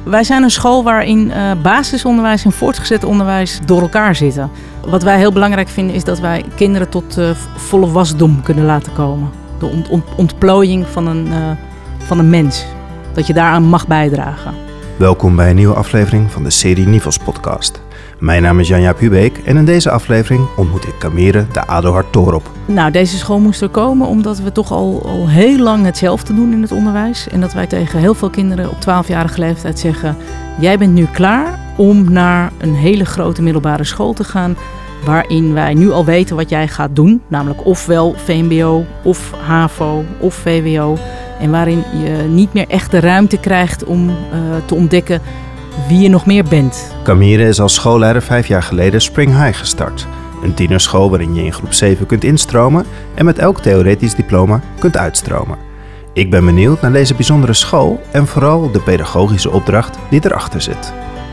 Wij zijn een school waarin basisonderwijs en voortgezet onderwijs door elkaar zitten. Wat wij heel belangrijk vinden is dat wij kinderen tot volle wasdom kunnen laten komen. De ontplooiing van een mens. Dat je daaraan mag bijdragen. Welkom bij een nieuwe aflevering van de serie Nivels podcast. Mijn naam is Janja Pubeek en in deze aflevering ontmoet ik Camille de Adelhard Toorop. Nou, deze school moest er komen omdat we toch al heel lang hetzelfde doen in het onderwijs. En dat wij tegen heel veel kinderen op 12-jarige leeftijd zeggen: jij bent nu klaar om naar een hele grote middelbare school te gaan, waarin wij nu al weten wat jij gaat doen. Namelijk ofwel VMBO, of HAVO, of VWO. En waarin je niet meer echt de ruimte krijgt om te ontdekken wie je nog meer bent. Camille is als schoolleider 5 jaar geleden Spring High gestart. Een tienerschool waarin je in groep 7 kunt instromen en met elk theoretisch diploma kunt uitstromen. Ik ben benieuwd naar deze bijzondere school en vooral de pedagogische opdracht die erachter zit.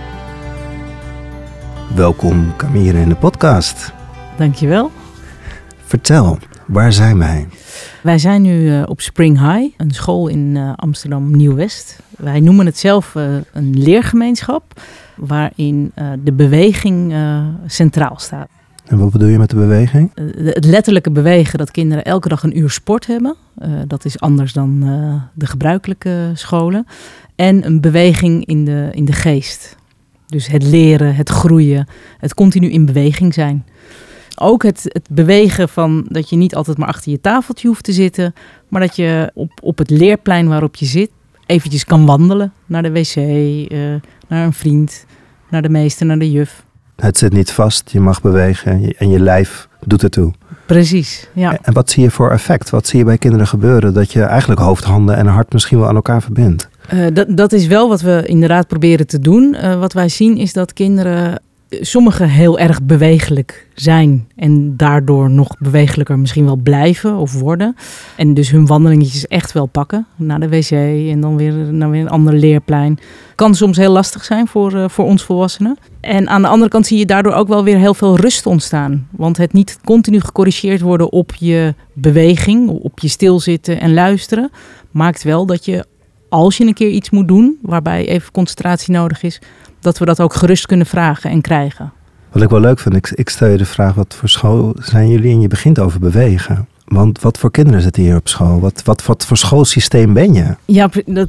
Welkom Camille in de podcast. Dankjewel. Vertel, waar zijn wij? Wij zijn nu op Spring High, een school in Amsterdam Nieuw-West. Wij noemen het zelf een leergemeenschap, waarin de beweging centraal staat. En wat bedoel je met de beweging? Het letterlijke bewegen, dat kinderen elke dag een uur sport hebben. Dat is anders dan de gebruikelijke scholen. En een beweging in de geest. Dus het leren, het groeien, het continu in beweging zijn. Ook het bewegen van dat je niet altijd maar achter je tafeltje hoeft te zitten, maar dat je op het leerplein waarop je zit eventjes kan wandelen naar de wc, naar een vriend, naar de meester, naar de juf. Het zit niet vast, je mag bewegen en je lijf doet ertoe. Precies, ja. En wat zie je voor effect? Wat zie je bij kinderen gebeuren dat je eigenlijk hoofd, handen en hart misschien wel aan elkaar verbindt? Dat is wel wat we inderdaad proberen te doen. Wat wij zien is dat kinderen, sommigen heel erg bewegelijk zijn en daardoor nog bewegelijker misschien wel blijven of worden. En dus hun wandelingetjes echt wel pakken naar de wc en dan weer naar een ander leerplein. Kan soms heel lastig zijn voor ons volwassenen. En aan de andere kant zie je daardoor ook wel weer heel veel rust ontstaan. Want het niet continu gecorrigeerd worden op je beweging, op je stilzitten en luisteren, maakt wel dat je, als je een keer iets moet doen waarbij even concentratie nodig is, dat we dat ook gerust kunnen vragen en krijgen. Wat ik wel leuk vind, ik stel je de vraag, wat voor school zijn jullie? En je begint over bewegen. Want wat voor kinderen zitten hier op school? Wat voor schoolsysteem ben je? Ja,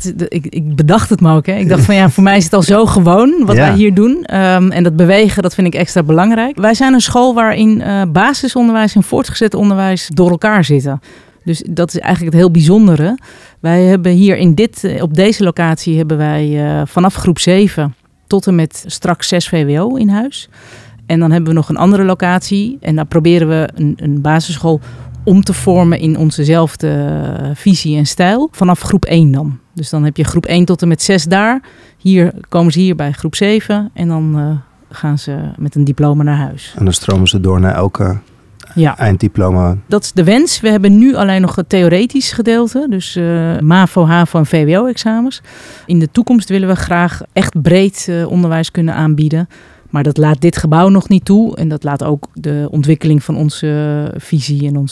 ik bedacht het me ook. Hè. Ik dacht van voor mij is het al zo gewoon wat wij hier doen. En dat bewegen, dat vind ik extra belangrijk. Wij zijn een school waarin basisonderwijs en voortgezet onderwijs door elkaar zitten. Dus dat is eigenlijk het heel bijzondere. Wij hebben hier op deze locatie hebben wij vanaf groep 7 tot en met straks 6 VWO in huis. En dan hebben we nog een andere locatie. En daar proberen we een basisschool om te vormen in onzezelfde visie en stijl. Vanaf groep 1 dan. Dus dan heb je groep 1 tot en met 6 daar. Hier komen ze hier bij groep 7. En dan gaan ze met een diploma naar huis. En dan stromen ze door naar elke einddiploma. Dat is de wens. We hebben nu alleen nog het theoretisch gedeelte. Dus MAVO, HAVO en VWO-examens. In de toekomst willen we graag echt breed onderwijs kunnen aanbieden. Maar dat laat dit gebouw nog niet toe. En dat laat ook de ontwikkeling van onze visie en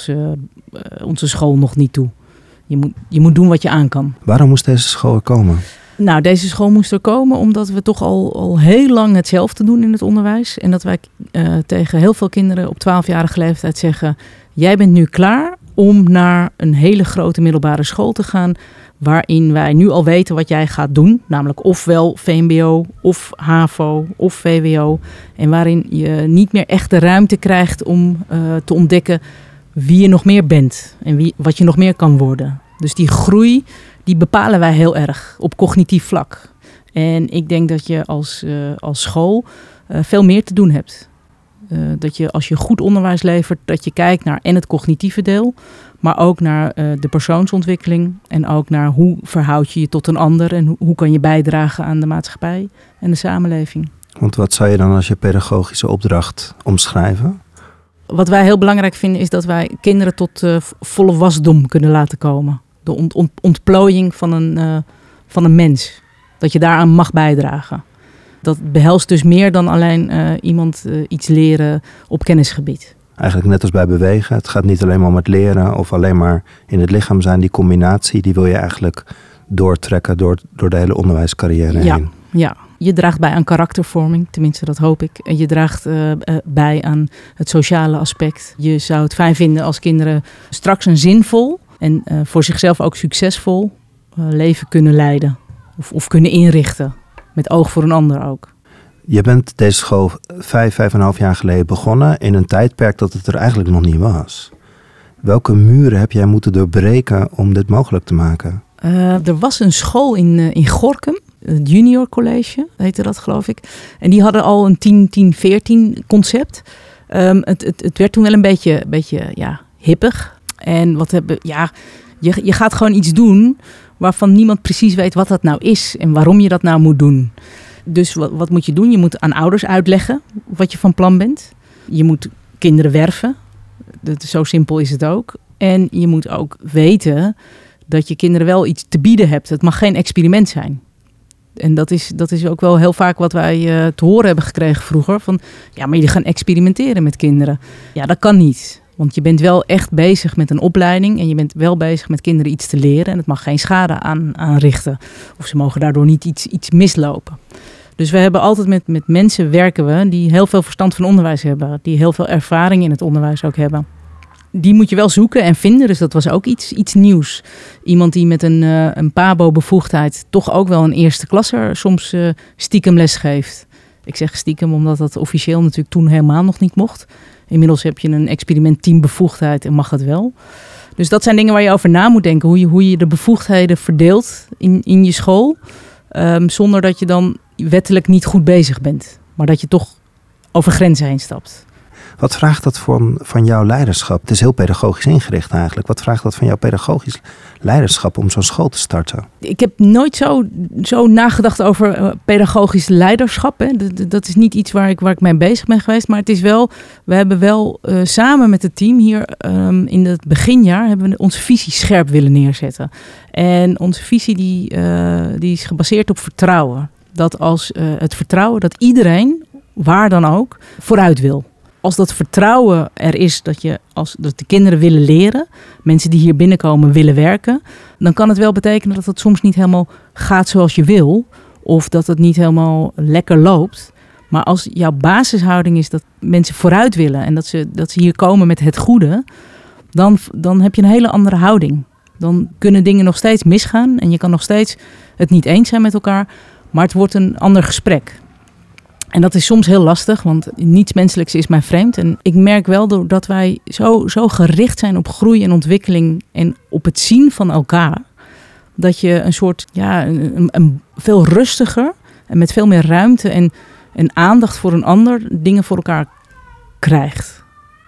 onze school nog niet toe. Je moet doen wat je aan kan. Waarom moest deze school er komen? Nou, deze school moest er komen omdat we toch al heel lang hetzelfde doen in het onderwijs. En dat wij tegen heel veel kinderen op 12-jarige leeftijd zeggen: jij bent nu klaar om naar een hele grote middelbare school te gaan, waarin wij nu al weten wat jij gaat doen. Namelijk ofwel VMBO, of HAVO, of VWO. En waarin je niet meer echt de ruimte krijgt om te ontdekken wie je nog meer bent. En wat je nog meer kan worden. Dus die groei, die bepalen wij heel erg op cognitief vlak. En ik denk dat je als school veel meer te doen hebt. Dat je, als je goed onderwijs levert, dat je kijkt naar en het cognitieve deel, maar ook naar de persoonsontwikkeling en ook naar hoe verhoud je je tot een ander en hoe kan je bijdragen aan de maatschappij en de samenleving. Want wat zou je dan als je pedagogische opdracht omschrijven? Wat wij heel belangrijk vinden is dat wij kinderen tot volle wasdom kunnen laten komen. De ontplooiing van een mens. Dat je daaraan mag bijdragen. Dat behelst dus meer dan alleen iemand iets leren op kennisgebied. Eigenlijk net als bij bewegen. Het gaat niet alleen maar om het leren of alleen maar in het lichaam zijn. Die combinatie, die wil je eigenlijk doortrekken door de hele onderwijscarrière heen. Ja, je draagt bij aan karaktervorming, tenminste dat hoop ik. En je draagt bij aan het sociale aspect. Je zou het fijn vinden als kinderen straks een zinvol en voor zichzelf ook succesvol leven kunnen leiden. Of kunnen inrichten, met oog voor een ander ook. Je bent deze school 5,5 jaar geleden begonnen in een tijdperk dat het er eigenlijk nog niet was. Welke muren heb jij moeten doorbreken om dit mogelijk te maken? Er was een school in Gorinchem, het Junior College heette dat geloof ik. En die hadden al een 10-10-14 concept. Het werd toen wel een beetje hippig. En je gaat gewoon iets doen waarvan niemand precies weet wat dat nou is en waarom je dat nou moet doen. Dus wat moet je doen? Je moet aan ouders uitleggen wat je van plan bent. Je moet kinderen werven. Zo simpel is het ook. En je moet ook weten dat je kinderen wel iets te bieden hebt. Het mag geen experiment zijn. En dat is ook wel heel vaak wat wij te horen hebben gekregen vroeger. Van, ja, maar jullie gaan experimenteren met kinderen. Ja, dat kan niet. Want je bent wel echt bezig met een opleiding. En je bent wel bezig met kinderen iets te leren. En het mag geen schade aanrichten. Of ze mogen daardoor niet iets mislopen. Dus we hebben altijd met mensen werken we die heel veel verstand van onderwijs hebben. Die heel veel ervaring in het onderwijs ook hebben. Die moet je wel zoeken en vinden. Dus dat was ook iets nieuws. Iemand die met een PABO-bevoegdheid toch ook wel een eerste klasser soms stiekem les geeft. Ik zeg stiekem omdat dat officieel natuurlijk toen helemaal nog niet mocht. Inmiddels heb je een experimentteambevoegdheid en mag het wel. Dus dat zijn dingen waar je over na moet denken. Hoe je de bevoegdheden verdeelt in je school. Zonder dat je dan wettelijk niet goed bezig bent. Maar dat je toch over grenzen heen stapt. Wat vraagt dat van jouw leiderschap? Het is heel pedagogisch ingericht eigenlijk. Wat vraagt dat van jouw pedagogisch leiderschap om zo'n school te starten? Ik heb nooit zo nagedacht over pedagogisch leiderschap. Hè. Dat is niet iets waar ik mee bezig ben geweest. Maar het is wel, we hebben wel samen met het team hier in het beginjaar hebben we onze visie scherp willen neerzetten. En onze visie die is gebaseerd op vertrouwen. Dat als het vertrouwen dat iedereen, waar dan ook, vooruit wil. Als dat vertrouwen er is dat de kinderen willen leren, mensen die hier binnenkomen willen werken, dan kan het wel betekenen dat het soms niet helemaal gaat zoals je wil. Of dat het niet helemaal lekker loopt. Maar als jouw basishouding is dat mensen vooruit willen en dat ze hier komen met het goede, dan heb je een hele andere houding. Dan kunnen dingen nog steeds misgaan en je kan nog steeds het niet eens zijn met elkaar, maar het wordt een ander gesprek. En dat is soms heel lastig, want niets menselijks is mij vreemd. En ik merk wel dat wij zo gericht zijn op groei en ontwikkeling en op het zien van elkaar, dat je een soort, een veel rustiger en met veel meer ruimte en aandacht voor een ander dingen voor elkaar krijgt.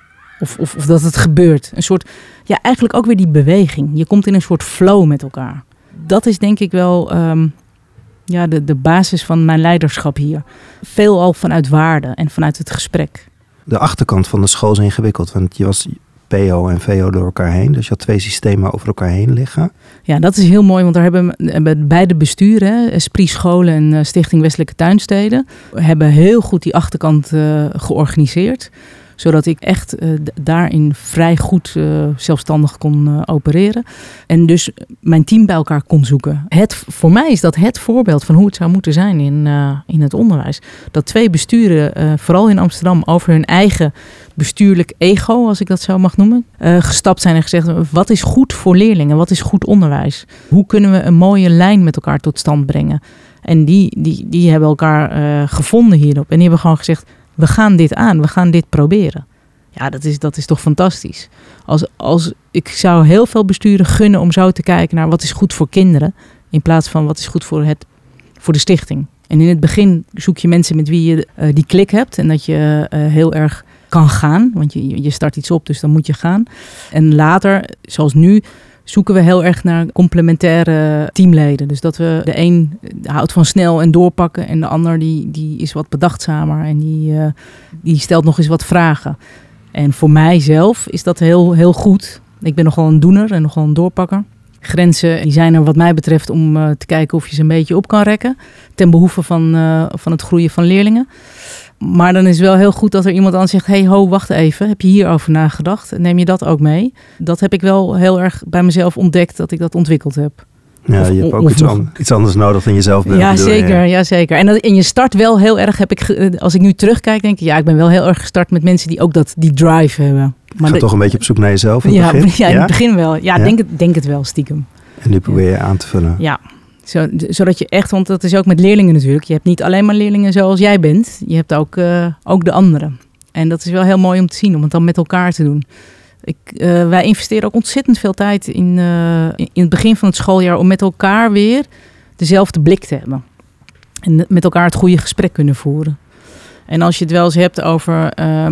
Of dat het gebeurt. Een soort, eigenlijk ook weer die beweging. Je komt in een soort flow met elkaar. Dat is denk ik wel de basis van mijn leiderschap hier. Veelal vanuit waarde en vanuit het gesprek. De achterkant van de school is ingewikkeld, want je was PO en VO door elkaar heen. Dus je had 2 systemen over elkaar heen liggen. Ja, dat is heel mooi, want daar hebben beide besturen, Esprit Scholen en Stichting Westelijke Tuinsteden, hebben heel goed die achterkant georganiseerd. Zodat ik echt daarin vrij goed zelfstandig kon opereren. En dus mijn team bij elkaar kon zoeken. Voor mij is dat het voorbeeld van hoe het zou moeten zijn in het onderwijs. Dat 2 besturen, vooral in Amsterdam, over hun eigen bestuurlijk ego, als ik dat zo mag noemen, gestapt zijn en gezegd, wat is goed voor leerlingen? Wat is goed onderwijs? Hoe kunnen we een mooie lijn met elkaar tot stand brengen? En die hebben elkaar gevonden hierop. En die hebben gewoon gezegd, we gaan dit aan, we gaan dit proberen. Ja, dat is toch fantastisch. Ik zou heel veel besturen gunnen om zo te kijken naar wat is goed voor kinderen, in plaats van wat is goed voor de stichting. En in het begin zoek je mensen met wie je die klik hebt en dat je heel erg kan gaan. Want je start iets op, dus dan moet je gaan. En later, zoals nu, zoeken we heel erg naar complementaire teamleden. Dus dat we de een houdt van snel en doorpakken en de ander die is wat bedachtzamer en die stelt nog eens wat vragen. En voor mijzelf is dat heel, heel goed. Ik ben nogal een doener en nogal een doorpakker. Grenzen die zijn er wat mij betreft om te kijken of je ze een beetje op kan rekken. Ten behoeve van het groeien van leerlingen. Maar dan is het wel heel goed dat er iemand aan zegt, hey ho, wacht even, heb je hierover nagedacht? Neem je dat ook mee? Dat heb ik wel heel erg bij mezelf ontdekt dat ik dat ontwikkeld heb. Ja, je hebt ook iets anders nodig dan jezelf bent. Ja, zeker. Ja, zeker. En je start wel heel erg, als ik nu terugkijk, denk ik, ik ben wel heel erg gestart met mensen die ook die drive hebben. Maar je gaat toch een beetje op zoek naar jezelf in het begin? Ja, in het begin wel. Ja, denk het wel, stiekem. En nu probeer je aan te vullen. Ja, zodat je echt, want dat is ook met leerlingen natuurlijk. Je hebt niet alleen maar leerlingen zoals jij bent. Je hebt ook de anderen. En dat is wel heel mooi om te zien, om het dan met elkaar te doen. Wij investeren ook ontzettend veel tijd in het begin van het schooljaar om met elkaar weer dezelfde blik te hebben. En met elkaar het goede gesprek kunnen voeren. En als je het wel eens hebt over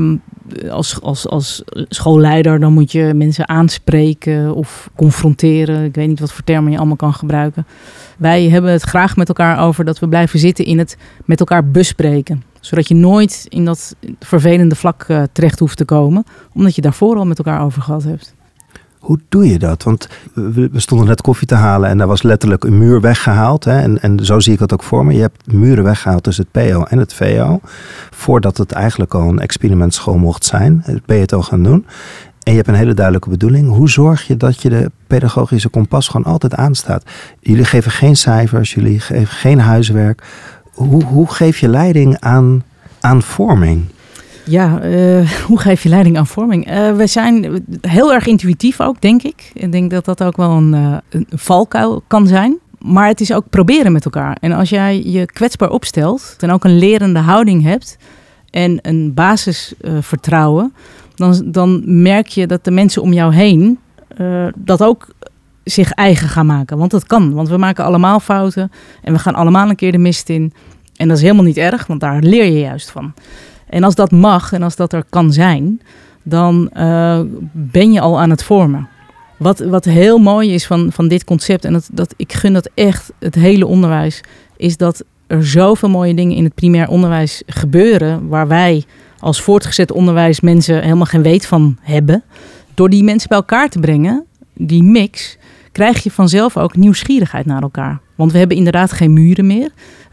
als schoolleider, dan moet je mensen aanspreken of confronteren. Ik weet niet wat voor termen je allemaal kan gebruiken. Wij hebben het graag met elkaar over dat we blijven zitten in het met elkaar bespreken. Zodat je nooit in dat vervelende vlak terecht hoeft te komen. Omdat je daarvoor al met elkaar over gehad hebt. Hoe doe je dat? Want we stonden net koffie te halen en daar was letterlijk een muur weggehaald. Hè? En zo zie ik het ook voor me. Je hebt muren weggehaald tussen het PO en het VO. Voordat het eigenlijk al een experimentschool mocht zijn. Ben je het al gaan doen. En je hebt een hele duidelijke bedoeling. Hoe zorg je dat je de pedagogische kompas gewoon altijd aanstaat? Jullie geven geen cijfers, jullie geven geen huiswerk. Hoe geef je leiding aan vorming? Ja, hoe geef je leiding aan vorming? We zijn heel erg intuïtief ook, denk ik. Ik denk dat dat ook wel een valkuil kan zijn. Maar het is ook proberen met elkaar. En als jij je kwetsbaar opstelt en ook een lerende houding hebt en een basisvertrouwen, dan merk je dat de mensen om jou heen dat ook zich eigen gaan maken. Want dat kan, want we maken allemaal fouten en we gaan allemaal een keer de mist in. En dat is helemaal niet erg, want daar leer je juist van. En als dat mag en als dat er kan zijn, dan ben je al aan het vormen. Wat heel mooi is van dit concept, en ik gun dat echt het hele onderwijs, is dat er zoveel mooie dingen in het primair onderwijs gebeuren, waar wij als voortgezet onderwijs mensen helemaal geen weet van hebben. Door die mensen bij elkaar te brengen, die mix, krijg je vanzelf ook nieuwsgierigheid naar elkaar. Want we hebben inderdaad geen muren meer.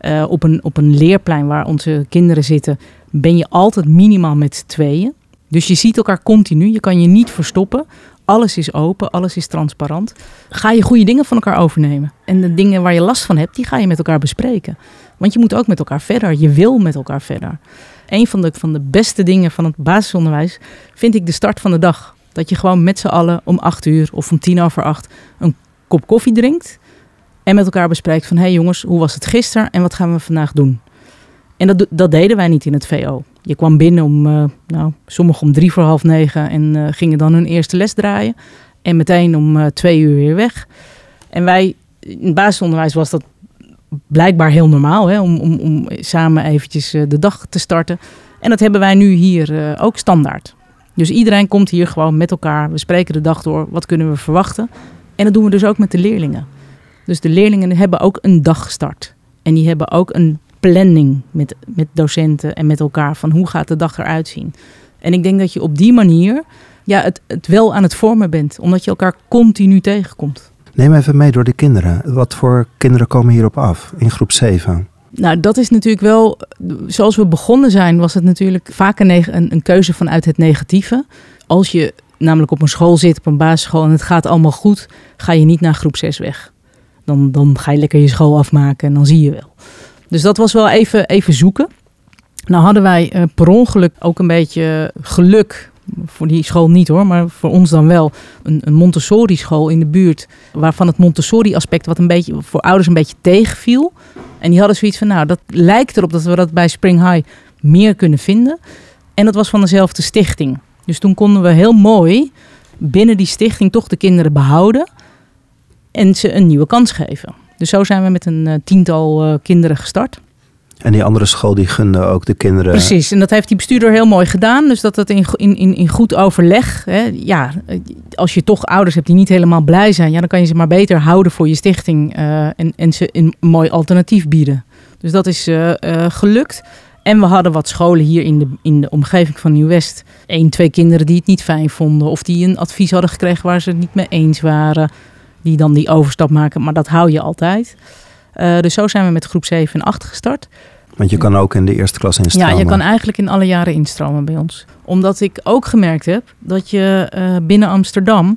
Op een leerplein waar onze kinderen zitten, ben je altijd minimaal met z'n tweeën. Dus je ziet elkaar continu, je kan je niet verstoppen. Alles is open, alles is transparant. Ga je goede dingen van elkaar overnemen. En de dingen waar je last van hebt, die ga je met elkaar bespreken. Want je moet ook met elkaar verder, je wil met elkaar verder. Een van de beste dingen van het basisonderwijs vind ik de start van de dag. Dat je gewoon met z'n allen om 8:00 of om 7:50 een kop koffie drinkt. En met elkaar bespreekt van, hey jongens, hoe was het gisteren en wat gaan we vandaag doen? En dat deden wij niet in het VO. Je kwam binnen om, sommigen om 8:45 en gingen dan hun eerste les draaien. En meteen om 2:00 weer weg. En wij, in het basisonderwijs was dat blijkbaar heel normaal, hè, om samen eventjes de dag te starten. En dat hebben wij nu hier ook standaard. Dus iedereen komt hier gewoon met elkaar. We spreken de dag door. Wat kunnen we verwachten? En dat doen we dus ook met de leerlingen. Dus de leerlingen hebben ook een dag gestart. En die hebben ook een planning met docenten en met elkaar. Van hoe gaat de dag eruit zien? En ik denk dat je op die manier het wel aan het vormen bent. Omdat je elkaar continu tegenkomt. Neem even mee door de kinderen. Wat voor kinderen komen hierop af in groep 7? Nou, dat is natuurlijk wel, zoals we begonnen zijn, was het natuurlijk vaak een keuze vanuit het negatieve. Als je namelijk op een school zit, op een basisschool, en het gaat allemaal goed, ga je niet naar groep 6 weg. Dan ga je lekker je school afmaken en dan zie je wel. Dus dat was wel even zoeken. Nou hadden wij per ongeluk ook een beetje geluk, voor die school niet hoor, maar voor ons dan wel, een Montessori school in de buurt, waarvan het Montessori aspect wat een beetje voor ouders een beetje tegenviel. En die hadden zoiets van, nou, dat lijkt erop dat we dat bij Spring High meer kunnen vinden. En dat was van dezelfde stichting. Dus toen konden we heel mooi binnen die stichting toch de kinderen behouden en ze een nieuwe kans geven. Dus zo zijn we met een 10-tal kinderen gestart. En die andere school die gunde ook de kinderen. Precies, en dat heeft die bestuurder heel mooi gedaan. Dus dat in goed overleg. Hè, ja, als je toch ouders hebt die niet helemaal blij zijn, dan kan je ze maar beter houden voor je stichting en ze een mooi alternatief bieden. Dus dat is gelukt. En we hadden wat scholen hier in de omgeving van Nieuw-West. 1-2 kinderen die het niet fijn vonden. Of die een advies hadden gekregen waar ze het niet mee eens waren. Die dan die overstap maken. Maar dat hou je altijd. Dus zo zijn we met groep 7 en 8 gestart. Want je kan ook in de eerste klas instromen. Ja, je kan eigenlijk in alle jaren instromen bij ons. Omdat ik ook gemerkt heb dat je binnen Amsterdam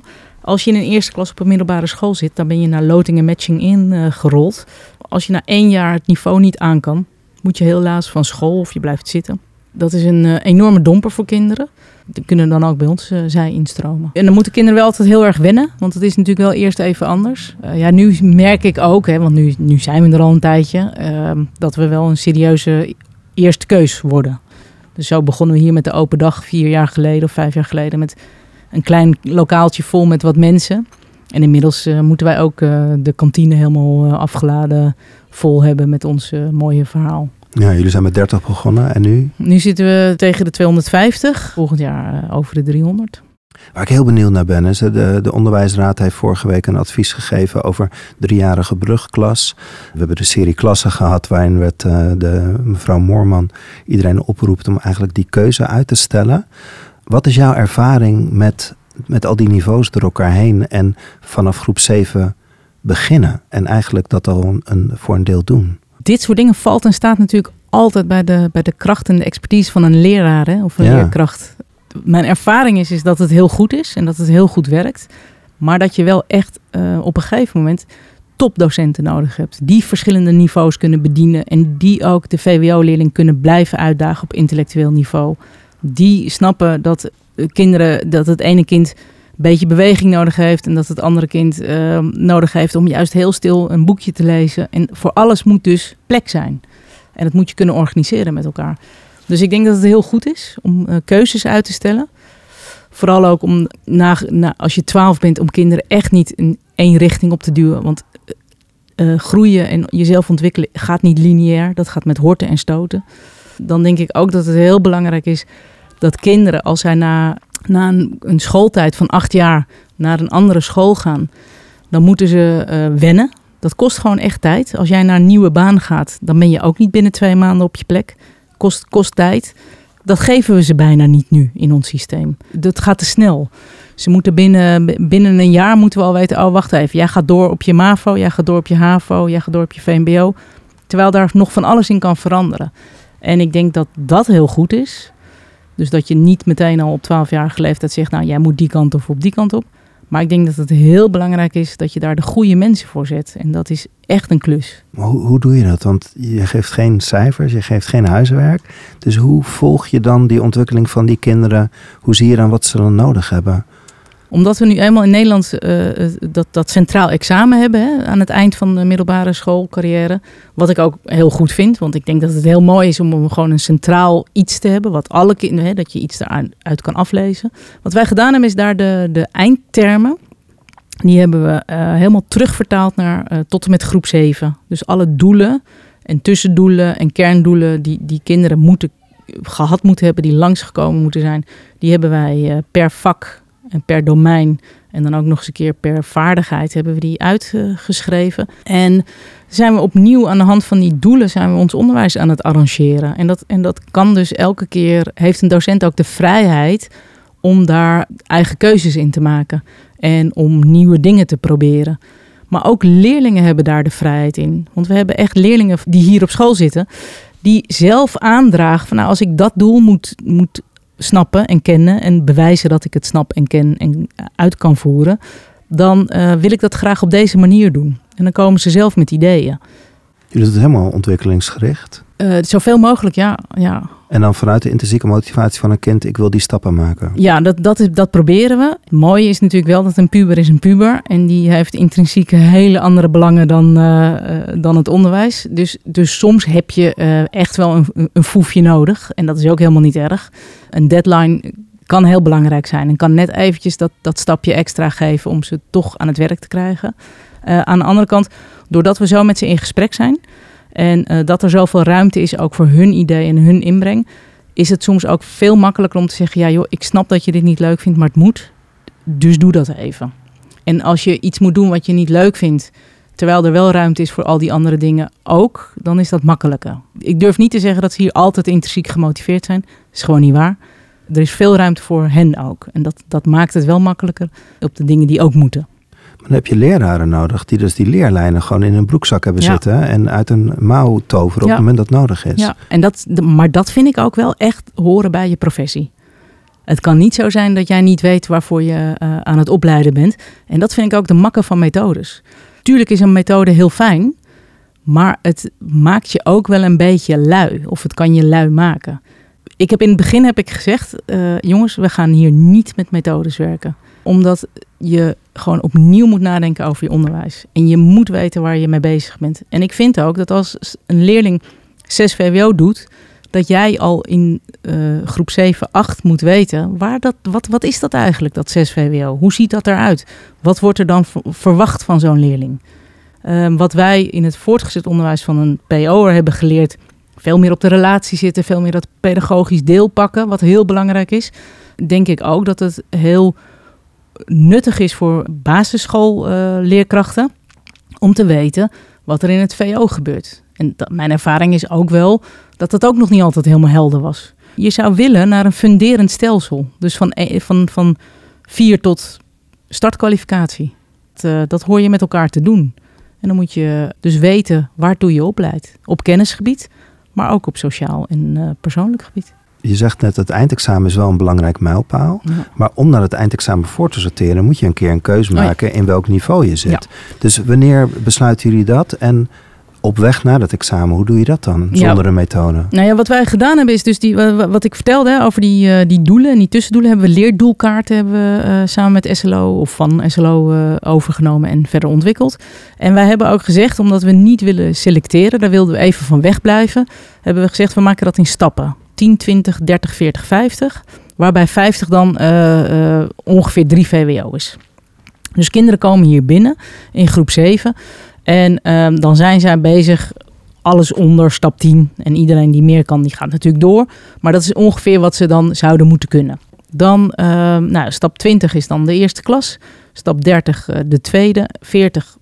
Als je in een eerste klas op een middelbare school zit, dan ben je naar loting en matching ingerold. Als je na 1 jaar het niveau niet aan kan, moet je helaas van school of je blijft zitten. Dat is een enorme domper voor kinderen. Die kunnen dan ook bij ons zij instromen. En dan moeten kinderen wel altijd heel erg wennen, want het is natuurlijk wel eerst even anders. Nu merk ik ook, want nu zijn we er al een tijdje, dat we wel een serieuze eerste keus worden. Dus zo begonnen we hier met de open dag 4 jaar geleden of 5 jaar geleden met een klein lokaaltje vol met wat mensen. En inmiddels moeten wij ook de kantine helemaal afgeladen vol hebben met ons mooie verhaal. Ja, jullie zijn met 30 begonnen en nu? Nu zitten we tegen de 250. Volgend jaar over de 300. Waar ik heel benieuwd naar ben is, de Onderwijsraad heeft vorige week een advies gegeven over 3-jarige brugklas. We hebben de serie klassen gehad waarin werd de mevrouw Moorman iedereen oproept om eigenlijk die keuze uit te stellen. Wat is jouw ervaring met al die niveaus door elkaar heen en vanaf groep 7 beginnen en eigenlijk dat al voor een deel doen? Dit soort dingen valt en staat natuurlijk altijd bij de kracht en de expertise van een leraar of een leerkracht. Mijn ervaring is dat het heel goed is en dat het heel goed werkt. Maar dat je wel echt op een gegeven moment topdocenten nodig hebt. Die verschillende niveaus kunnen bedienen en die ook de VWO-leerling kunnen blijven uitdagen op intellectueel niveau. Die snappen dat dat het ene kind een beetje beweging nodig heeft en dat het andere kind nodig heeft om juist heel stil een boekje te lezen. En voor alles moet dus plek zijn. En dat moet je kunnen organiseren met elkaar. Dus ik denk dat het heel goed is om keuzes uit te stellen. Vooral ook om als je 12 bent om kinderen echt niet in één richting op te duwen. Want groeien en jezelf ontwikkelen gaat niet lineair. Dat gaat met horten en stoten. Dan denk ik ook dat het heel belangrijk is dat kinderen als zij na een schooltijd van 8 jaar naar een andere school gaan, dan moeten ze wennen. Dat kost gewoon echt tijd. Als jij naar een nieuwe baan gaat, dan ben je ook niet binnen 2 maanden op je plek. Kost tijd. Dat geven we ze bijna niet nu in ons systeem. Dat gaat te snel. Ze moeten binnen een jaar moeten we al weten, wacht even. Jij gaat door op je MAVO, jij gaat door op je HAVO, jij gaat door op je VMBO. Terwijl daar nog van alles in kan veranderen. En ik denk dat dat heel goed is. Dus dat je niet meteen al op 12-jarige leeftijd zegt, nou jij moet die kant of op die kant op. Maar ik denk dat het heel belangrijk is dat je daar de goede mensen voor zet. En dat is echt een klus. Maar hoe doe je dat? Want je geeft geen cijfers, je geeft geen huiswerk. Dus hoe volg je dan die ontwikkeling van die kinderen? Hoe zie je dan wat ze dan nodig hebben? Omdat we nu eenmaal in Nederland dat centraal examen hebben aan het eind van de middelbare schoolcarrière. Wat ik ook heel goed vind. Want ik denk dat het heel mooi is om gewoon een centraal iets te hebben. Wat alle kinderen, dat je iets eruit kan aflezen. Wat wij gedaan hebben is daar de eindtermen. Die hebben we helemaal terugvertaald naar tot en met groep 7. Dus alle doelen en tussendoelen en kerndoelen die kinderen gehad moeten hebben. Die langsgekomen moeten zijn. Die hebben wij per vak en per domein en dan ook nog eens een keer per vaardigheid hebben we die uitgeschreven. En zijn we opnieuw aan de hand van die doelen zijn we ons onderwijs aan het arrangeren. En dat kan dus elke keer, heeft een docent ook de vrijheid om daar eigen keuzes in te maken. En om nieuwe dingen te proberen. Maar ook leerlingen hebben daar de vrijheid in. Want we hebben echt leerlingen die hier op school zitten, die zelf aandragen van als ik dat doel moet snappen en kennen en bewijzen dat ik het snap en ken en uit kan voeren, dan wil ik dat graag op deze manier doen. En dan komen ze zelf met ideeën. Jullie doen het helemaal ontwikkelingsgericht? Zoveel mogelijk, ja. En dan vanuit de intrinsieke motivatie van een kind, ik wil die stappen maken. Ja, dat proberen we. Het mooie is natuurlijk wel dat een puber is een puber. En die heeft intrinsiek hele andere belangen dan het onderwijs. Dus soms heb je echt wel een foefje nodig. En dat is ook helemaal niet erg. Een deadline kan heel belangrijk zijn. En kan net eventjes dat stapje extra geven om ze toch aan het werk te krijgen. Aan de andere kant, doordat we zo met ze in gesprek zijn en dat er zoveel ruimte is ook voor hun idee en hun inbreng, is het soms ook veel makkelijker om te zeggen, ja joh, ik snap dat je dit niet leuk vindt, maar het moet. Dus doe dat even. En als je iets moet doen wat je niet leuk vindt, terwijl er wel ruimte is voor al die andere dingen ook, dan is dat makkelijker. Ik durf niet te zeggen dat ze hier altijd intrinsiek gemotiveerd zijn. Dat is gewoon niet waar. Er is veel ruimte voor hen ook. En dat maakt het wel makkelijker op de dingen die ook moeten. Maar dan heb je leraren nodig die dus die leerlijnen gewoon in een broekzak hebben zitten en uit een mouw toveren op het moment dat nodig is. Ja, maar dat vind ik ook wel echt horen bij je professie. Het kan niet zo zijn dat jij niet weet waarvoor je aan het opleiden bent. En dat vind ik ook de makke van methodes. Tuurlijk is een methode heel fijn, maar het maakt je ook wel een beetje lui. Of het kan je lui maken. In het begin heb ik gezegd, jongens, we gaan hier niet met methodes werken. Omdat je gewoon opnieuw moet nadenken over je onderwijs. En je moet weten waar je mee bezig bent. En ik vind ook dat als een leerling 6 VWO doet, dat jij al in groep 7, 8 moet weten, wat is dat eigenlijk, dat 6 VWO? Hoe ziet dat eruit? Wat wordt er dan verwacht van zo'n leerling? Wat wij in het voortgezet onderwijs van een PO'er hebben geleerd, veel meer op de relatie zitten, veel meer dat pedagogisch deel pakken, wat heel belangrijk is. Denk ik ook dat het heel nuttig is voor basisschoolleerkrachten om te weten wat er in het VO gebeurt. En mijn ervaring is ook wel dat dat ook nog niet altijd helemaal helder was. Je zou willen naar een funderend stelsel. Dus van 4 tot startkwalificatie. Dat hoor je met elkaar te doen. En dan moet je dus weten waartoe je opleidt. Op kennisgebied, maar ook op sociaal en persoonlijk gebied. Je zegt net, het eindexamen is wel een belangrijk mijlpaal. Ja. Maar om naar het eindexamen voor te sorteren, moet je een keer een keuze maken in welk niveau je zit. Ja. Dus wanneer besluiten jullie dat? En op weg naar dat examen, hoe doe je dat dan zonder een methode? Nou ja, wat wij gedaan hebben is dus wat ik vertelde over die doelen en die tussendoelen. Hebben we leerdoelkaarten samen met SLO of van SLO overgenomen en verder ontwikkeld. En wij hebben ook gezegd, omdat we niet willen selecteren, daar wilden we even van wegblijven, hebben we gezegd, we maken dat in stappen. 10, 20, 30, 40, 50. Waarbij 50 dan ongeveer 3 VWO is. Dus kinderen komen hier binnen in groep 7. En dan zijn zij bezig, alles onder stap 10. En iedereen die meer kan, die gaat natuurlijk door. Maar dat is ongeveer wat ze dan zouden moeten kunnen. Dan, stap 20 is dan de eerste klas. Stap 30 de tweede. 40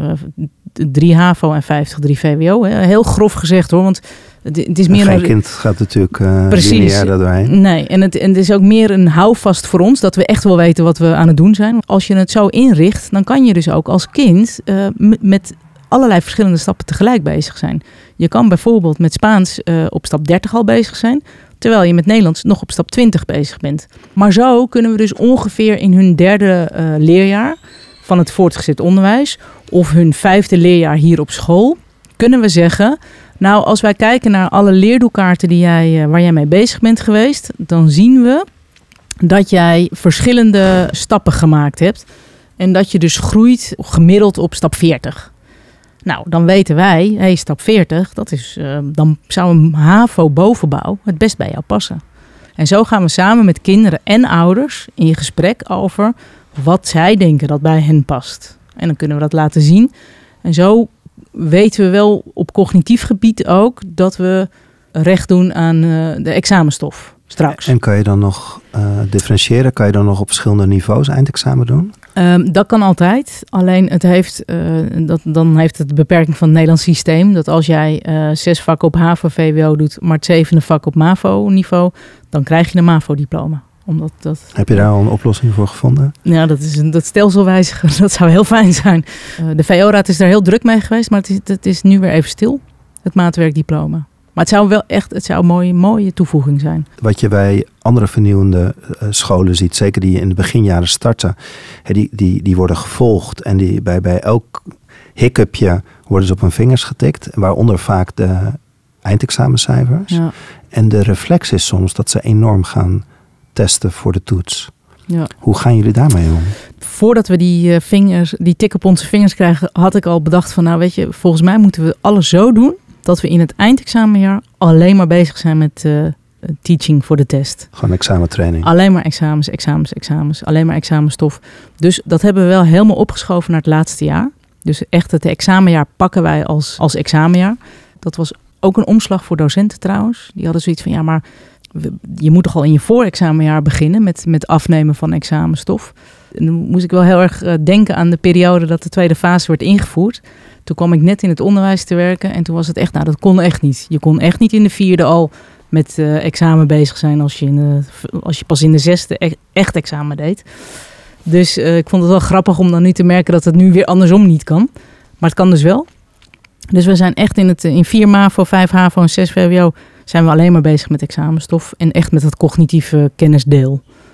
3 HAVO en 50 3 VWO. Heel grof gezegd hoor, want het is meer geen kind gaat natuurlijk lineair doorheen. Nee, en het is ook meer een houvast voor ons, dat we echt wel weten wat we aan het doen zijn. Als je het zo inricht, dan kan je dus ook als kind met allerlei verschillende stappen tegelijk bezig zijn. Je kan bijvoorbeeld met Spaans op stap 30 al bezig zijn, terwijl je met Nederlands nog op stap 20 bezig bent. Maar zo kunnen we dus ongeveer in hun 3e leerjaar van het voortgezet onderwijs of hun 5e leerjaar hier op school, kunnen we zeggen, nou, als wij kijken naar alle leerdoelkaarten waar jij mee bezig bent geweest, dan zien we dat jij verschillende stappen gemaakt hebt en dat je dus groeit gemiddeld op stap 40. Nou, dan weten wij, stap 40, dat is, dan zou een HAVO-bovenbouw het best bij jou passen. En zo gaan we samen met kinderen en ouders in gesprek over wat zij denken dat bij hen past. En dan kunnen we dat laten zien. En zo weten we wel op cognitief gebied ook dat we recht doen aan de examenstof straks. En kan je dan nog differentiëren? Kan je dan nog op verschillende niveaus eindexamen doen? Dat kan altijd. Alleen dan heeft het de beperking van het Nederlands systeem. Dat als jij 6 vakken op HAVO-VWO doet, maar het 7e vak op MAVO-niveau, dan krijg je een MAVO-diploma. Heb je daar al een oplossing voor gevonden? Ja, dat stelsel wijzigen, dat zou heel fijn zijn. De VO-raad is daar heel druk mee geweest, maar het is nu weer even stil, het maatwerkdiploma. Maar het zou wel echt een mooie toevoeging zijn. Wat je bij andere vernieuwende scholen ziet, zeker die in de beginjaren starten, die worden gevolgd en bij elk hiccupje worden ze op hun vingers getikt, waaronder vaak de eindexamencijfers. Ja. En de reflex is soms dat ze enorm gaan testen voor de toets. Ja. Hoe gaan jullie daarmee om? Voordat we die tik op onze vingers krijgen, had ik al bedacht van, nou weet je, volgens mij moeten we alles zo doen dat we in het eindexamenjaar alleen maar bezig zijn met teaching voor de test. Gewoon examentraining. Alleen maar examens. Alleen maar examenstof. Dus dat hebben we wel helemaal opgeschoven naar het laatste jaar. Dus echt het examenjaar pakken wij als examenjaar. Dat was ook een omslag voor docenten trouwens. Die hadden zoiets van, ja, maar je moet toch al in je voorexamenjaar beginnen met afnemen van examenstof. En dan moest ik wel heel erg denken aan de periode dat de tweede fase werd ingevoerd. Toen kwam ik net in het onderwijs te werken en toen was het echt, nou dat kon echt niet. Je kon echt niet in de 4e al met examen bezig zijn als je pas in de 6e echt examen deed. Dus ik vond het wel grappig om dan nu te merken dat het nu weer andersom niet kan. Maar het kan dus wel. Dus we zijn echt in 4 MAVO, 5 HAVO en 6 VWO zijn we alleen maar bezig met examenstof en echt met dat cognitieve kennisdeel.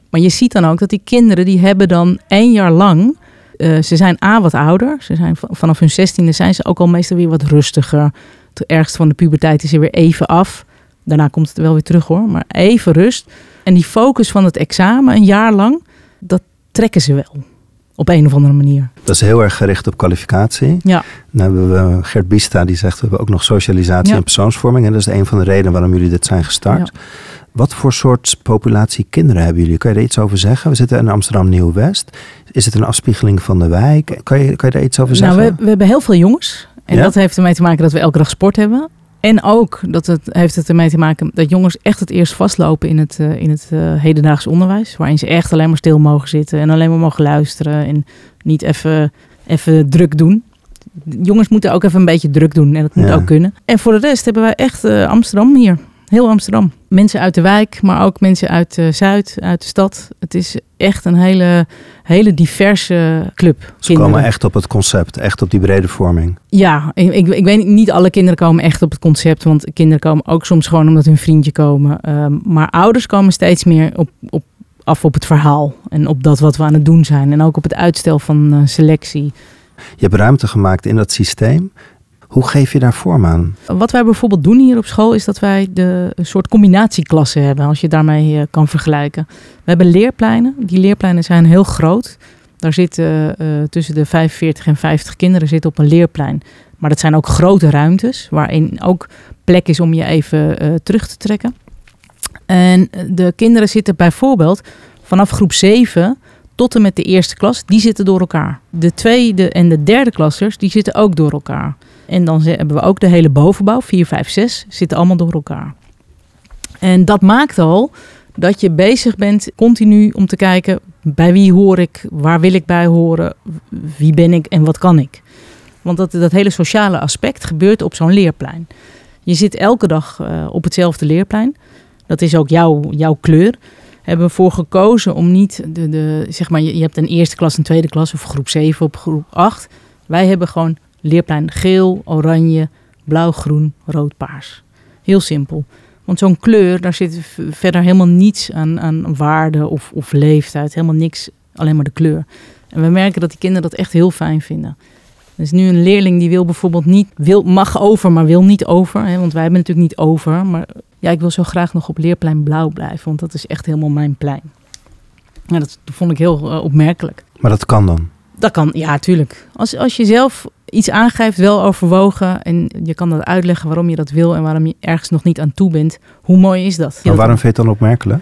Maar je ziet dan ook dat die kinderen, die hebben dan 1 jaar lang... ze zijn wat ouder. Ze zijn vanaf hun 16e zijn ze ook al meestal weer wat rustiger. Het ergste van de puberteit is er weer even af. Daarna komt het wel weer terug hoor, maar even rust. En die focus van het examen 1 jaar lang, dat trekken ze wel. Op een of andere manier. Dat is heel erg gericht op kwalificatie. Ja. Dan hebben we Gert Biesta die zegt, we hebben ook nog socialisatie en persoonsvorming. En dat is een van de redenen waarom jullie dit zijn gestart. Ja. Wat voor soort populatie kinderen hebben jullie? Kan je daar iets over zeggen? We zitten in Amsterdam Nieuw-West. Is het een afspiegeling van de wijk? Kan je daar iets over zeggen? Nou, we hebben heel veel jongens. En dat heeft ermee te maken dat we elke dag sport hebben. En ook heeft het ermee te maken dat jongens echt het eerst vastlopen in het hedendaags onderwijs. Waarin ze echt alleen maar stil mogen zitten en alleen maar mogen luisteren en niet even druk doen. Jongens moeten ook even een beetje druk doen en dat moet ook kunnen. En voor de rest hebben wij echt Amsterdam hier. Heel Amsterdam. Mensen uit de wijk, maar ook mensen uit Zuid, uit de stad. Het is echt een hele diverse club. Ze komen echt op het concept, echt op die brede vorming. Ja, ik weet niet alle kinderen komen echt op het concept. Want kinderen komen ook soms gewoon omdat hun vriendje komen. Maar ouders komen steeds meer af op het verhaal. En op dat wat we aan het doen zijn. En ook op het uitstel van selectie. Je hebt ruimte gemaakt in dat systeem. Hoe geef je daar vorm aan? Wat wij bijvoorbeeld doen hier op school is dat wij een soort combinatieklassen hebben. Als je het daarmee kan vergelijken. We hebben leerpleinen. Die leerpleinen zijn heel groot. Daar zitten tussen de 45 en 50 kinderen zitten op een leerplein. Maar dat zijn ook grote ruimtes. Waarin ook plek is om je even terug te trekken. En de kinderen zitten bijvoorbeeld vanaf groep 7... tot en met de eerste klas, die zitten door elkaar. De tweede en de derde klassers, die zitten ook door elkaar. En dan hebben we ook de hele bovenbouw, 4, 5, 6, zitten allemaal door elkaar. En dat maakt al dat je bezig bent continu om te kijken, bij wie hoor ik, waar wil ik bij horen, wie ben ik en wat kan ik. Want dat hele sociale aspect gebeurt op zo'n leerplein. Je zit elke dag op hetzelfde leerplein. Dat is ook jouw kleur. Hebben we voor gekozen om niet zeg maar, je hebt een eerste klas, een tweede klas of groep 7 op groep 8. Wij hebben gewoon leerplein geel, oranje, blauw, groen, rood, paars. Heel simpel. Want zo'n kleur, daar zit verder helemaal niets aan waarde of leeftijd. Helemaal niks, alleen maar de kleur. En we merken dat die kinderen dat echt heel fijn vinden. Er is nu een leerling die wil bijvoorbeeld mag over, maar wil niet over. Hè, want wij hebben natuurlijk niet over. Maar ja, ik wil zo graag nog op leerplein blauw blijven. Want dat is echt helemaal mijn plein. Ja, dat vond ik heel opmerkelijk. Maar dat kan dan? Dat kan, ja, tuurlijk. Als je zelf iets aangeeft, wel overwogen. En je kan dat uitleggen waarom je dat wil. En waarom je ergens nog niet aan toe bent. Hoe mooi is dat? Maar waarom vind je het dan opmerkelijk?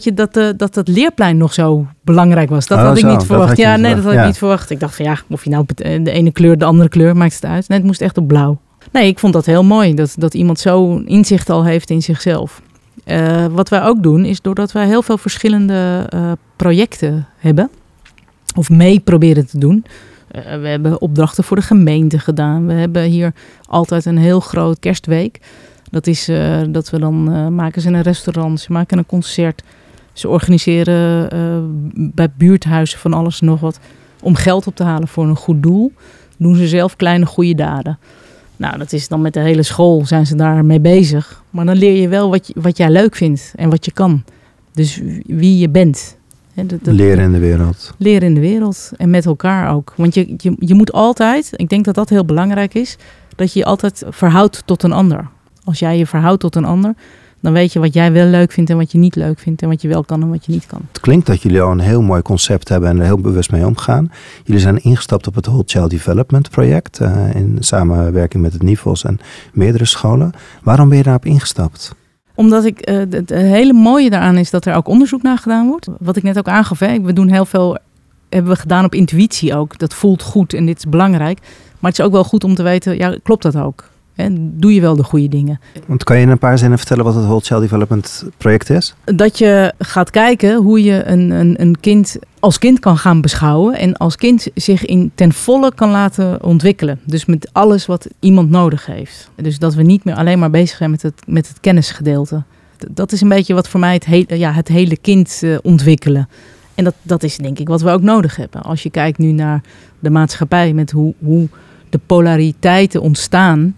Dat leerplein nog zo belangrijk was. Dat had ik niet verwacht. Dat had ik niet verwacht. Ik dacht van ja, of je nou op de ene kleur, de andere kleur, maakt het uit. Nee, het moest echt op blauw. Nee, ik vond dat heel mooi. Dat iemand zo inzicht al heeft in zichzelf. Wat wij ook doen, is doordat wij heel veel verschillende projecten hebben. Of mee proberen te doen. We hebben opdrachten voor de gemeente gedaan. We hebben hier altijd een heel groot kerstweek. Dat is dat we dan maken ze een restaurant, ze maken een concert. Ze organiseren bij buurthuizen van alles en nog wat. Om geld op te halen voor een goed doel. Doen ze zelf kleine goede daden. Nou, dat is dan met de hele school zijn ze daarmee bezig. Maar dan leer je wel wat jij leuk vindt en wat je kan. Dus wie je bent. Leren in de wereld. Leren in de wereld. En met elkaar ook. Want je moet altijd, ik denk dat dat heel belangrijk is, dat je je altijd verhoudt tot een ander. Als jij je verhoudt tot een ander, dan weet je wat jij wel leuk vindt en wat je niet leuk vindt. En wat je wel kan en wat je niet kan. Het klinkt dat jullie al een heel mooi concept hebben en er heel bewust mee omgaan. Jullie zijn ingestapt op het Whole Child Development project. In samenwerking met het NIVOS en meerdere scholen. Waarom ben je daarop ingestapt? Omdat het hele mooie daaraan is dat er ook onderzoek naar gedaan wordt. Wat ik net ook aangaf, we doen heel veel, hebben we gedaan op intuïtie ook. Dat voelt goed en dit is belangrijk. Maar het is ook wel goed om te weten, ja, klopt dat ook? En doe je wel de goede dingen? Want kan je in een paar zinnen vertellen wat het Whole Child Development project is? Dat je gaat kijken hoe je een kind als kind kan gaan beschouwen. En als kind zich ten volle kan laten ontwikkelen. Dus met alles wat iemand nodig heeft. Dus dat we niet meer alleen maar bezig zijn met het kennisgedeelte. Dat is een beetje wat voor mij het hele kind ontwikkelen. En dat is denk ik wat we ook nodig hebben. Als je kijkt nu naar de maatschappij met hoe de polariteiten ontstaan.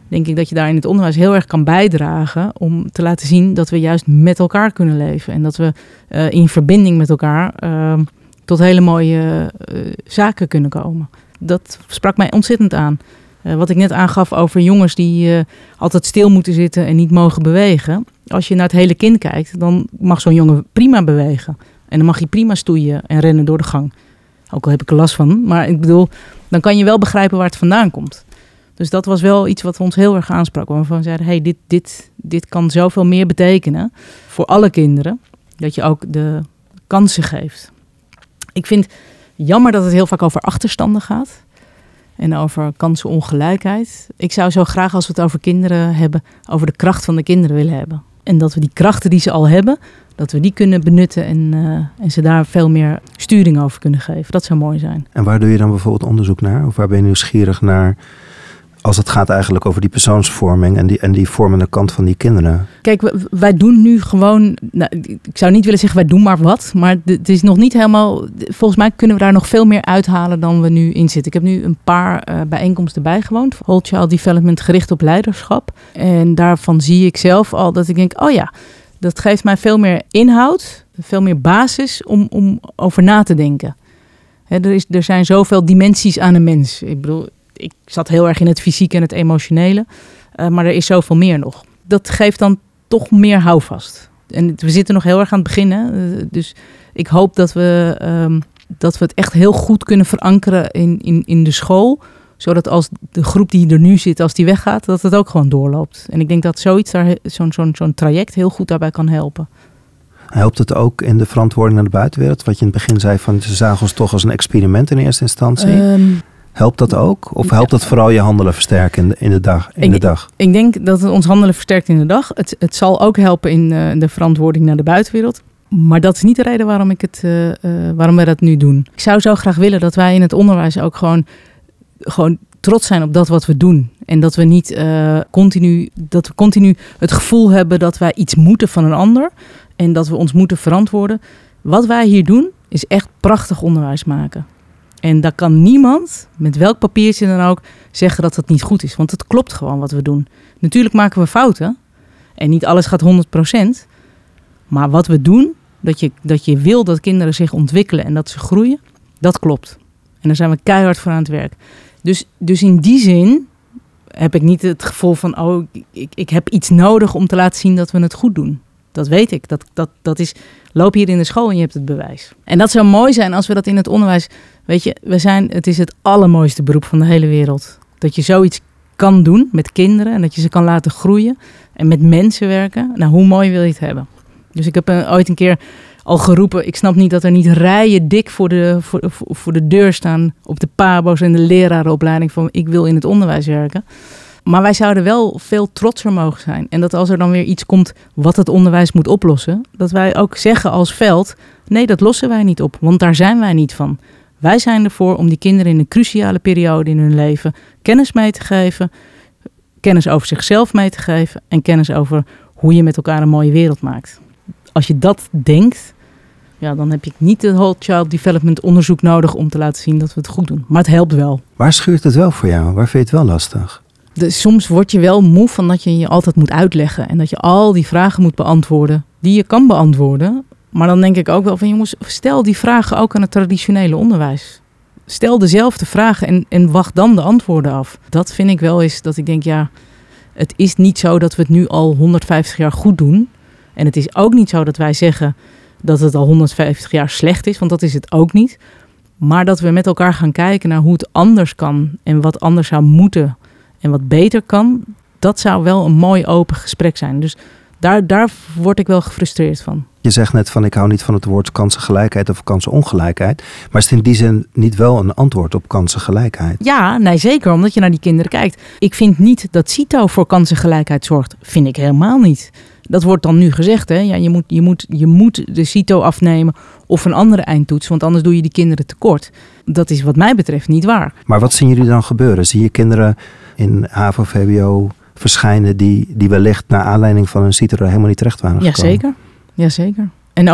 denk ik dat je daar in het onderwijs heel erg kan bijdragen om te laten zien dat we juist met elkaar kunnen leven. En dat we in verbinding met elkaar tot hele mooie zaken kunnen komen. Dat sprak mij ontzettend aan. Wat ik net aangaf over jongens die altijd stil moeten zitten en niet mogen bewegen. Als je naar het hele kind kijkt, dan mag zo'n jongen prima bewegen. En dan mag hij prima stoeien en rennen door de gang. Ook al heb ik er last van. Maar ik bedoel, dan kan je wel begrijpen waar het vandaan komt. Dus dat was wel iets wat ons heel erg aansprak. Waarvan we zeiden, hey, dit kan zoveel meer betekenen voor alle kinderen. Dat je ook de kansen geeft. Ik vind jammer dat het heel vaak over achterstanden gaat. En over kansenongelijkheid. Ik zou zo graag, als we het over kinderen hebben, over de kracht van de kinderen willen hebben. En dat we die krachten die ze al hebben, dat we die kunnen benutten en ze daar veel meer sturing over kunnen geven. Dat zou mooi zijn. En waar doe je dan bijvoorbeeld onderzoek naar? Of waar ben je nieuwsgierig naar als het gaat eigenlijk over die persoonsvorming en die vormende kant van die kinderen? Kijk, wij doen nu gewoon, ik zou niet willen zeggen wij doen maar wat, maar het is nog niet helemaal, volgens mij kunnen we daar nog veel meer uithalen dan we nu in zitten. Ik heb nu een paar bijeenkomsten bijgewoond, Whole Child Development gericht op leiderschap. En daarvan zie ik zelf al dat ik denk, oh ja, dat geeft mij veel meer inhoud, veel meer basis om over na te denken. Er zijn zoveel dimensies aan een mens. Ik bedoel, ik zat heel erg in het fysieke en het emotionele. Maar er is zoveel meer nog. Dat geeft dan toch meer houvast. En we zitten nog heel erg aan het begin. Dus ik hoop dat we het echt heel goed kunnen verankeren in de school. Zodat als de groep die er nu zit, als die weggaat, dat het ook gewoon doorloopt. En ik denk dat zoiets, zo'n traject heel goed daarbij kan helpen. Helpt het ook in de verantwoording naar de buitenwereld? Wat je in het begin zei, van ze zagen ons toch als een experiment in eerste instantie. Helpt dat ook? Of helpt dat vooral je handelen versterken in de dag? Ik denk dat het ons handelen versterkt in de dag. Het zal ook helpen in de verantwoording naar de buitenwereld. Maar dat is niet de reden waarom we dat nu doen. Ik zou zo graag willen dat wij in het onderwijs ook gewoon trots zijn op dat wat we doen. En dat we niet continu het gevoel hebben dat wij iets moeten van een ander. En dat we ons moeten verantwoorden. Wat wij hier doen is echt prachtig onderwijs maken. En daar kan niemand, met welk papiertje dan ook, zeggen dat het niet goed is. Want het klopt gewoon wat we doen. Natuurlijk maken we fouten. En niet alles gaat 100%. Maar wat we doen, dat je wil dat kinderen zich ontwikkelen en dat ze groeien, dat klopt. En daar zijn we keihard voor aan het werk. Dus in die zin heb ik niet het gevoel van, ik heb iets nodig om te laten zien dat we het goed doen. Dat weet ik. Dat is, loop hier in de school en je hebt het bewijs. En dat zou mooi zijn als we dat in het onderwijs, weet je, het is het allermooiste beroep van de hele wereld. Dat je zoiets kan doen met kinderen en dat je ze kan laten groeien en met mensen werken. Nou, hoe mooi wil je het hebben? Dus ik heb ooit een keer al geroepen, ik snap niet dat er niet rijen dik voor de deur staan op de pabo's en de lerarenopleiding van ik wil in het onderwijs werken. Maar wij zouden wel veel trotser mogen zijn. En dat als er dan weer iets komt wat het onderwijs moet oplossen, dat wij ook zeggen als veld, nee, dat lossen wij niet op, want daar zijn wij niet van. Wij zijn ervoor om die kinderen in een cruciale periode in hun leven kennis mee te geven, kennis over zichzelf mee te geven en kennis over hoe je met elkaar een mooie wereld maakt. Als je dat denkt, ja, dan heb je niet het Whole Child Development onderzoek nodig om te laten zien dat we het goed doen. Maar het helpt wel. Waar schuurt het wel voor jou? Waar vind je het wel lastig? Soms word je wel moe van dat je je altijd moet uitleggen. En dat je al die vragen moet beantwoorden die je kan beantwoorden. Maar dan denk ik ook wel van jongens, stel die vragen ook aan het traditionele onderwijs. Stel dezelfde vragen en wacht dan de antwoorden af. Dat vind ik wel eens dat ik denk, ja, het is niet zo dat we het nu al 150 jaar goed doen. En het is ook niet zo dat wij zeggen dat het al 150 jaar slecht is, want dat is het ook niet. Maar dat we met elkaar gaan kijken naar hoe het anders kan en wat anders zou moeten en wat beter kan, dat zou wel een mooi open gesprek zijn. Dus daar word ik wel gefrustreerd van. Je zegt net van ik hou niet van het woord kansengelijkheid of kansenongelijkheid. Maar is het in die zin niet wel een antwoord op kansengelijkheid? Ja, nee, zeker, omdat je naar die kinderen kijkt. Ik vind niet dat CITO voor kansengelijkheid zorgt. Vind ik helemaal niet. Dat wordt dan nu gezegd, hè? Ja, je moet de CITO afnemen of een andere eindtoets, want anders doe je die kinderen tekort. Dat is wat mij betreft niet waar. Maar wat zien jullie dan gebeuren? Zie je kinderen in HAVO, VWO verschijnen die wellicht naar aanleiding van een CITO er helemaal niet terecht waren gekomen? Ja, zeker.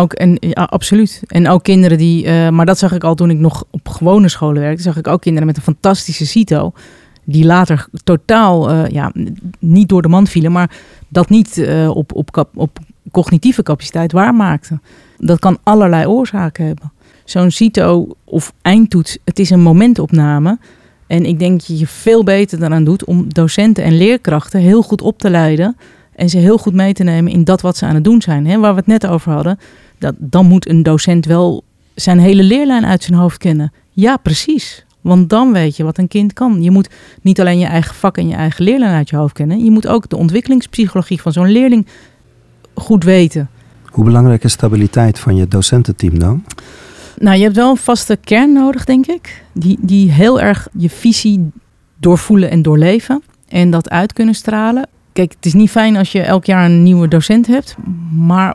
Ja, absoluut. En ook kinderen die, maar dat zag ik al toen ik nog op gewone scholen werkte, zag ik ook kinderen met een fantastische CITO die later totaal niet door de mand vielen, maar dat niet op cognitieve capaciteit waarmaakten. Dat kan allerlei oorzaken hebben. Zo'n CITO of eindtoets, het is een momentopname. En ik denk dat je veel beter eraan doet om docenten en leerkrachten heel goed op te leiden en ze heel goed mee te nemen in dat wat ze aan het doen zijn. Hè, waar we het net over hadden, dan moet een docent wel zijn hele leerlijn uit zijn hoofd kennen. Ja, precies. Want dan weet je wat een kind kan. Je moet niet alleen je eigen vak en je eigen leerlijn uit je hoofd kennen. Je moet ook de ontwikkelingspsychologie van zo'n leerling goed weten. Hoe belangrijk is stabiliteit van je docententeam dan? Nou, je hebt wel een vaste kern nodig, denk ik. Die heel erg je visie doorvoelen en doorleven. En dat uit kunnen stralen. Kijk, het is niet fijn als je elk jaar een nieuwe docent hebt. Maar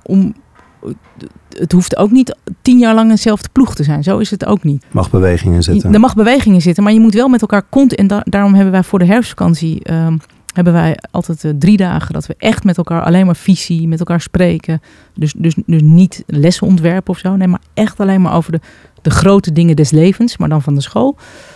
het hoeft ook niet 10 jaar lang eenzelfde ploeg te zijn. Zo is het ook niet. Mag bewegingen zitten. Er mag bewegingen zitten, maar je moet wel met elkaar en daarom hebben wij voor de herfstvakantie hebben wij altijd 3 dagen dat we echt met elkaar alleen maar visie, met elkaar spreken. Dus niet lessen ontwerpen of zo. Nee, maar echt alleen maar over de grote dingen des levens, maar dan van de school.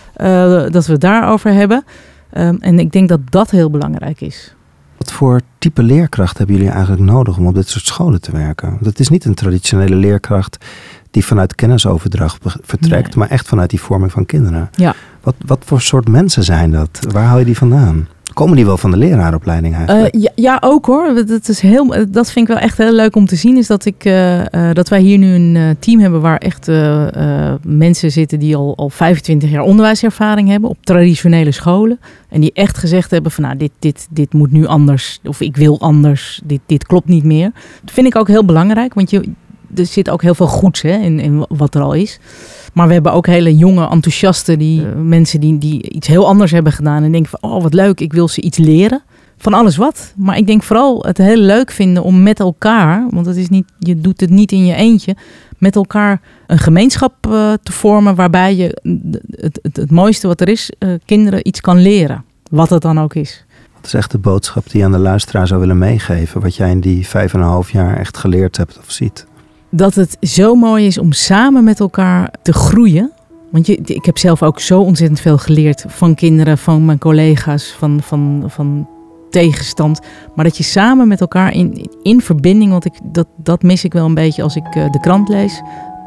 Dat we het daarover hebben. En ik denk dat dat heel belangrijk is. Wat voor type leerkracht hebben jullie eigenlijk nodig om op dit soort scholen te werken? Want het is niet een traditionele leerkracht die vanuit kennisoverdracht vertrekt, maar echt vanuit die vorming van kinderen. Ja. Wat voor soort mensen zijn dat? Waar haal je die vandaan? Komen die wel van de leraaropleiding eigenlijk? Ja, ook hoor. Dat vind ik wel echt heel leuk om te zien. Is dat wij hier nu een team hebben waar echt mensen zitten die al 25 jaar onderwijservaring hebben op traditionele scholen. En die echt gezegd hebben van nou, dit moet nu anders. Of ik wil anders. Dit klopt niet meer. Dat vind ik ook heel belangrijk. Want er zit ook heel veel goeds in wat er al is. Maar we hebben ook hele jonge, enthousiaste mensen die iets heel anders hebben gedaan. En denken van, oh wat leuk, ik wil ze iets leren. Van alles wat. Maar ik denk vooral het heel leuk vinden om met elkaar, want het is niet, je doet het niet in je eentje, met elkaar een gemeenschap te vormen waarbij je het mooiste wat er is, kinderen iets kan leren. Wat het dan ook is. Wat is echt de boodschap die je aan de luisteraar zou willen meegeven? Wat jij in die 5,5 jaar echt geleerd hebt of ziet? Dat het zo mooi is om samen met elkaar te groeien. Want ik heb zelf ook zo ontzettend veel geleerd van kinderen, van mijn collega's, van tegenstand. Maar dat je samen met elkaar in verbinding, want dat mis ik wel een beetje als ik de krant lees,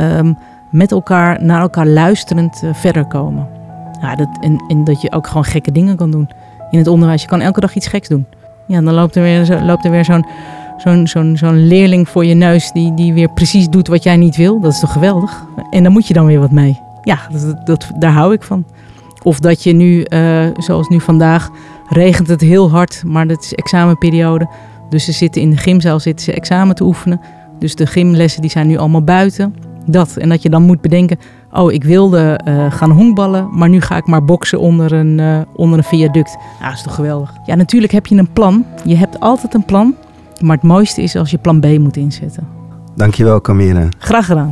met elkaar, naar elkaar luisterend verder komen. Ja, en dat je ook gewoon gekke dingen kan doen. In het onderwijs, je kan elke dag iets geks doen. Ja, dan loopt er weer zo'n leerling voor je neus die weer precies doet wat jij niet wil. Dat is toch geweldig? En dan moet je dan weer wat mee. Ja, daar hou ik van. Of dat je nu, zoals nu vandaag, regent het heel hard, maar het is examenperiode. Dus ze zitten in de gymzaal examen te oefenen. Dus de gymlessen die zijn nu allemaal buiten. Dat. En dat je dan moet bedenken, oh, ik wilde gaan honkballen, maar nu ga ik maar boksen onder een viaduct. Ja, dat is toch geweldig? Ja, natuurlijk heb je een plan. Je hebt altijd een plan. Maar het mooiste is als je plan B moet inzetten. Dankjewel, Camille. Graag gedaan.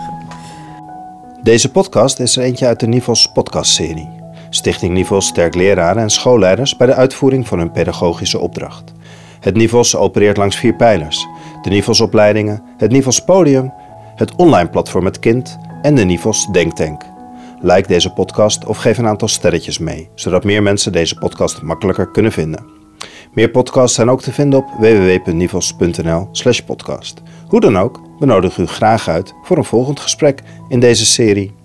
Deze podcast is er eentje uit de Nivos podcastserie. Stichting Nivos sterkt leraren en schoolleiders bij de uitvoering van hun pedagogische opdracht. Het Nivos opereert langs 4 pijlers. De Nivos-opleidingen, het Nivos-podium, het online platform Het Kind en de Nivos Denktank. Like deze podcast of geef een aantal sterretjes mee, zodat meer mensen deze podcast makkelijker kunnen vinden. Meer podcasts zijn ook te vinden op www.nivos.nl/podcast. Hoe dan ook, we nodigen u graag uit voor een volgend gesprek in deze serie.